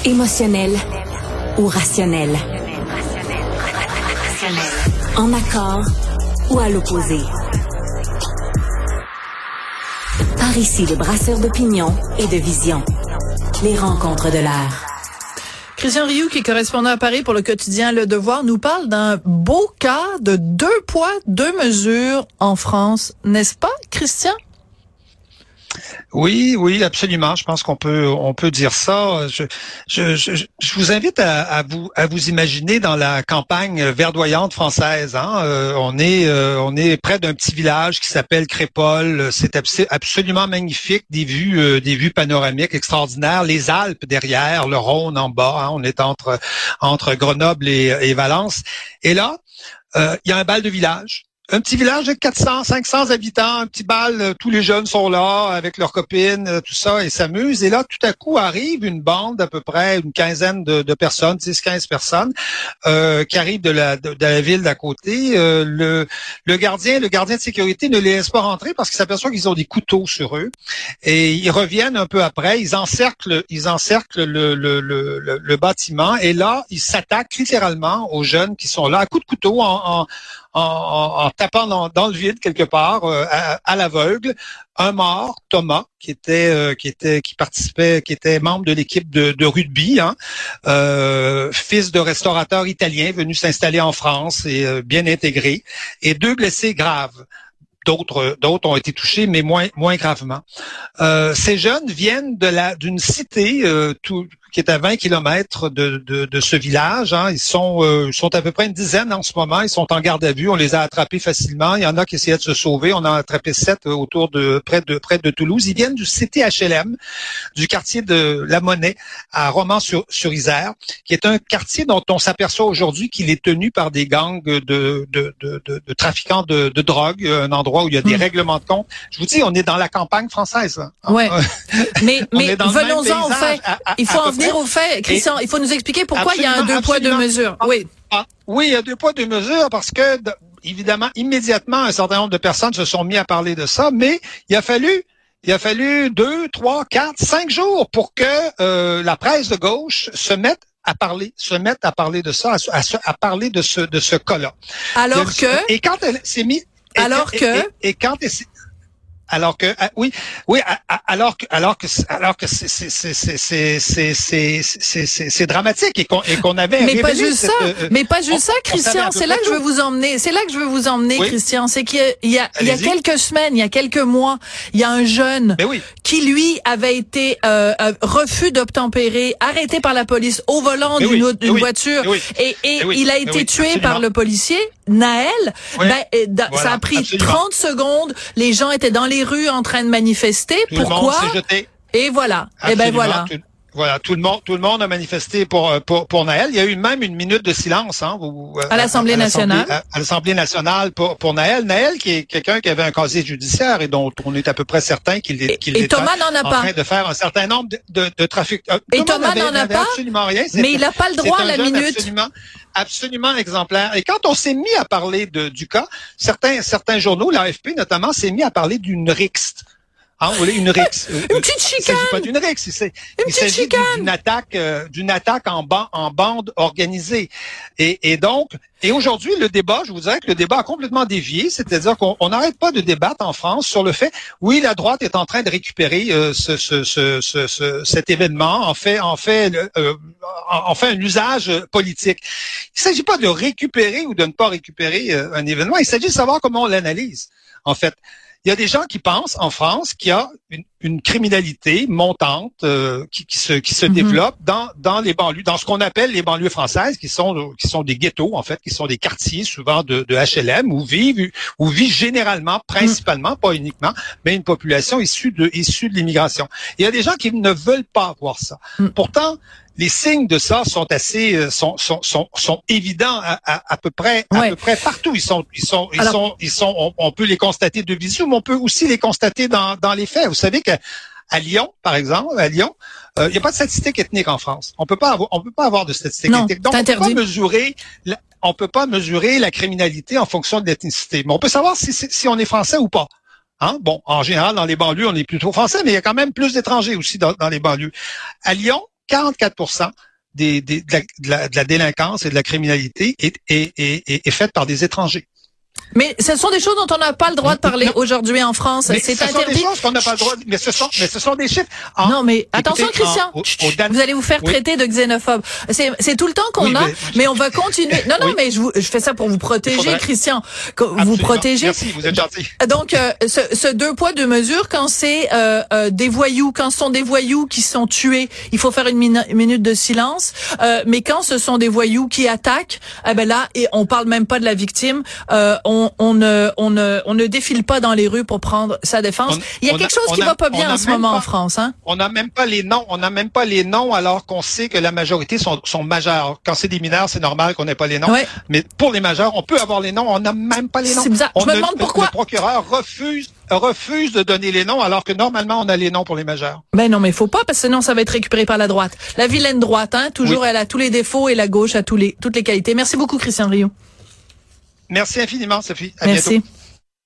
Émotionnel ou rationnel? En accord ou à l'opposé? Par ici, les brasseurs d'opinion et de vision. Les rencontres de l'air. Christian Rioux, qui est correspondant à Paris pour le quotidien Le Devoir, nous parle d'un beau cas de 2 poids, 2 mesures en France. N'est-ce pas, Christian? Oui, absolument. Je pense qu'on peut dire ça. Je vous invite à vous imaginer dans la campagne verdoyante française. On est près d'un petit village qui s'appelle Crépol. C'est absolument magnifique, des vues panoramiques extraordinaires. Les Alpes derrière, le Rhône en bas. On est entre Grenoble et Valence. Et là, il y a un bal de village. Un petit village de 400, 500 habitants, un petit bal, tous les jeunes sont là avec leurs copines, tout ça, et s'amusent. Et là, tout à coup, arrive une bande d'à peu près une quinzaine de personnes, 10-15 personnes, qui arrivent de la ville d'à côté. Le gardien de sécurité ne les laisse pas rentrer parce qu'il s'aperçoit qu'ils ont des couteaux sur eux. Et ils reviennent un peu après, ils encerclent le bâtiment, et là, ils s'attaquent littéralement aux jeunes qui sont là, à coups de couteau, en tapant dans le vide quelque part, à l'aveugle. Un mort, Thomas, qui était membre de l'équipe de rugby, fils de restaurateur italien venu s'installer en France et bien intégré, et 2 blessés graves. D'autres ont été touchés, mais moins gravement. Ces jeunes viennent d'une cité qui est à 20 kilomètres de ce village. Ils sont à peu près une dizaine en ce moment. Ils sont en garde à vue. On les a attrapés facilement. Il y en a qui essayaient de se sauver. On en a attrapé 7 près de Toulouse. Ils viennent du CTHLM, du quartier de La Monnaie, à Romans-sur-Isère, qui est un quartier dont on s'aperçoit aujourd'hui qu'il est tenu par des gangs de trafiquants de drogue, un endroit où il y a des règlements de compte. Je vous dis, on est dans la campagne française. Là. Ouais. Mais venons-en au fait. Il faut en venir au fait, Christian. Il faut nous expliquer pourquoi il y a un 2 poids, 2 mesures. Oui. Oui, il y a 2 poids, 2 mesures parce que, évidemment, immédiatement, un certain nombre de personnes se sont mis à parler de ça, mais il a fallu 2, 3, 4, 5 jours pour que la presse de gauche se mette à parler de ça, à parler de ce cas-là. Et quand elle s'est mise, alors que c'est dramatique et qu'on avait mais pas juste ça, Christian, c'est là que je veux vous emmener. Oui. Christian, c'est qu'il y a quelques semaines, il y a quelques mois, il y a un jeune qui lui avait été refus d'obtempérer, arrêté par la police au volant d'une voiture et il a été tué par le policier Naël. Ça a pris 30 secondes, les gens étaient dans les rues en train de manifester. Pourquoi? Le monde s'est jeté. Et voilà. Absolument. Tout le monde a manifesté pour Naël. Il y a eu même une minute de silence à l'Assemblée nationale. À l'Assemblée nationale pour Naël. Naël, qui est quelqu'un qui avait un casier judiciaire et dont on est à peu près certain qu'il est Thomas n'en a pas. En train de faire un certain nombre de trafics. Et Thomas n'en a pas. Absolument rien. Mais il n'a pas le droit à la minute. Absolument exemplaire. Et quand on s'est mis à parler du cas, certains journaux, l'AFP notamment, s'est mis à parler d'une rixe. Une rixe. Une petite chicane. Il s'agit pas d'une rixe, il s'agit d'une attaque en bande organisée. Et donc, aujourd'hui, le débat, je vous dirais que le débat a complètement dévié, c'est-à-dire qu'on n'arrête pas de débattre en France sur le fait, oui, la droite est en train de récupérer cet événement, en fait un usage politique. Il s'agit pas de récupérer ou de ne pas récupérer un événement, il s'agit de savoir comment on l'analyse, en fait. Il y a des gens qui pensent en France qu'il y a une criminalité montante qui se développe dans les banlieues, dans ce qu'on appelle les banlieues françaises, qui sont des ghettos en fait, qui sont des quartiers souvent de HLM où vit généralement, principalement, pas uniquement, mais une population issue de l'immigration. Il y a des gens qui ne veulent pas voir ça. Pourtant, les signes de ça sont sont évidents à peu près partout. On peut les constater de visu, mais on peut aussi les constater dans les faits. Vous savez que à Lyon, par exemple, il n'y a pas de statistiques ethniques en France. On peut pas avoir de statistiques ethniques. Donc on peut pas mesurer la criminalité en fonction de l'ethnicité. Mais on peut savoir si on est français ou pas. Bon, en général, dans les banlieues, on est plutôt français, mais il y a quand même plus d'étrangers aussi dans les banlieues. À Lyon, 44% de la délinquance et de la criminalité est faite par des étrangers. Mais ce sont des choses dont on n'a pas le droit de parler aujourd'hui en France. C'est interdit. Ce sont des choses qu'on n'a pas le droit. Mais ce sont des chiffres. Non, mais attention, Christian. Vous allez vous faire traiter de xénophobe. C'est tout le temps qu'on a, mais on va continuer. Non, mais je fais ça pour vous protéger, Christian. Vous protéger. Merci, vous êtes gentil. Donc, ce 2 poids 2 mesures, quand c'est des voyous, quand ce sont des voyous qui sont tués, il faut faire une minute de silence. Mais quand ce sont des voyous qui attaquent, là, et on parle même pas de la victime. On ne défile pas dans les rues pour prendre sa défense. Il y a quelque chose qui va pas bien en ce moment en France, hein? On n'a même pas les noms. On n'a même pas les noms alors qu'on sait que la majorité sont majeurs. Quand c'est des mineurs, c'est normal qu'on n'ait pas les noms. Ouais. Mais pour les majeurs, on peut avoir les noms. On n'a même pas les noms. C'est bizarre. Je me demande pourquoi. Le procureur refuse de donner les noms alors que normalement on a les noms pour les majeurs. Ben non, mais il faut pas parce que sinon ça va être récupéré par la droite. La vilaine droite, hein, toujours elle a tous les défauts et la gauche a toutes les qualités. Merci beaucoup Christian Rioux. Merci infiniment, Sophie. À bientôt.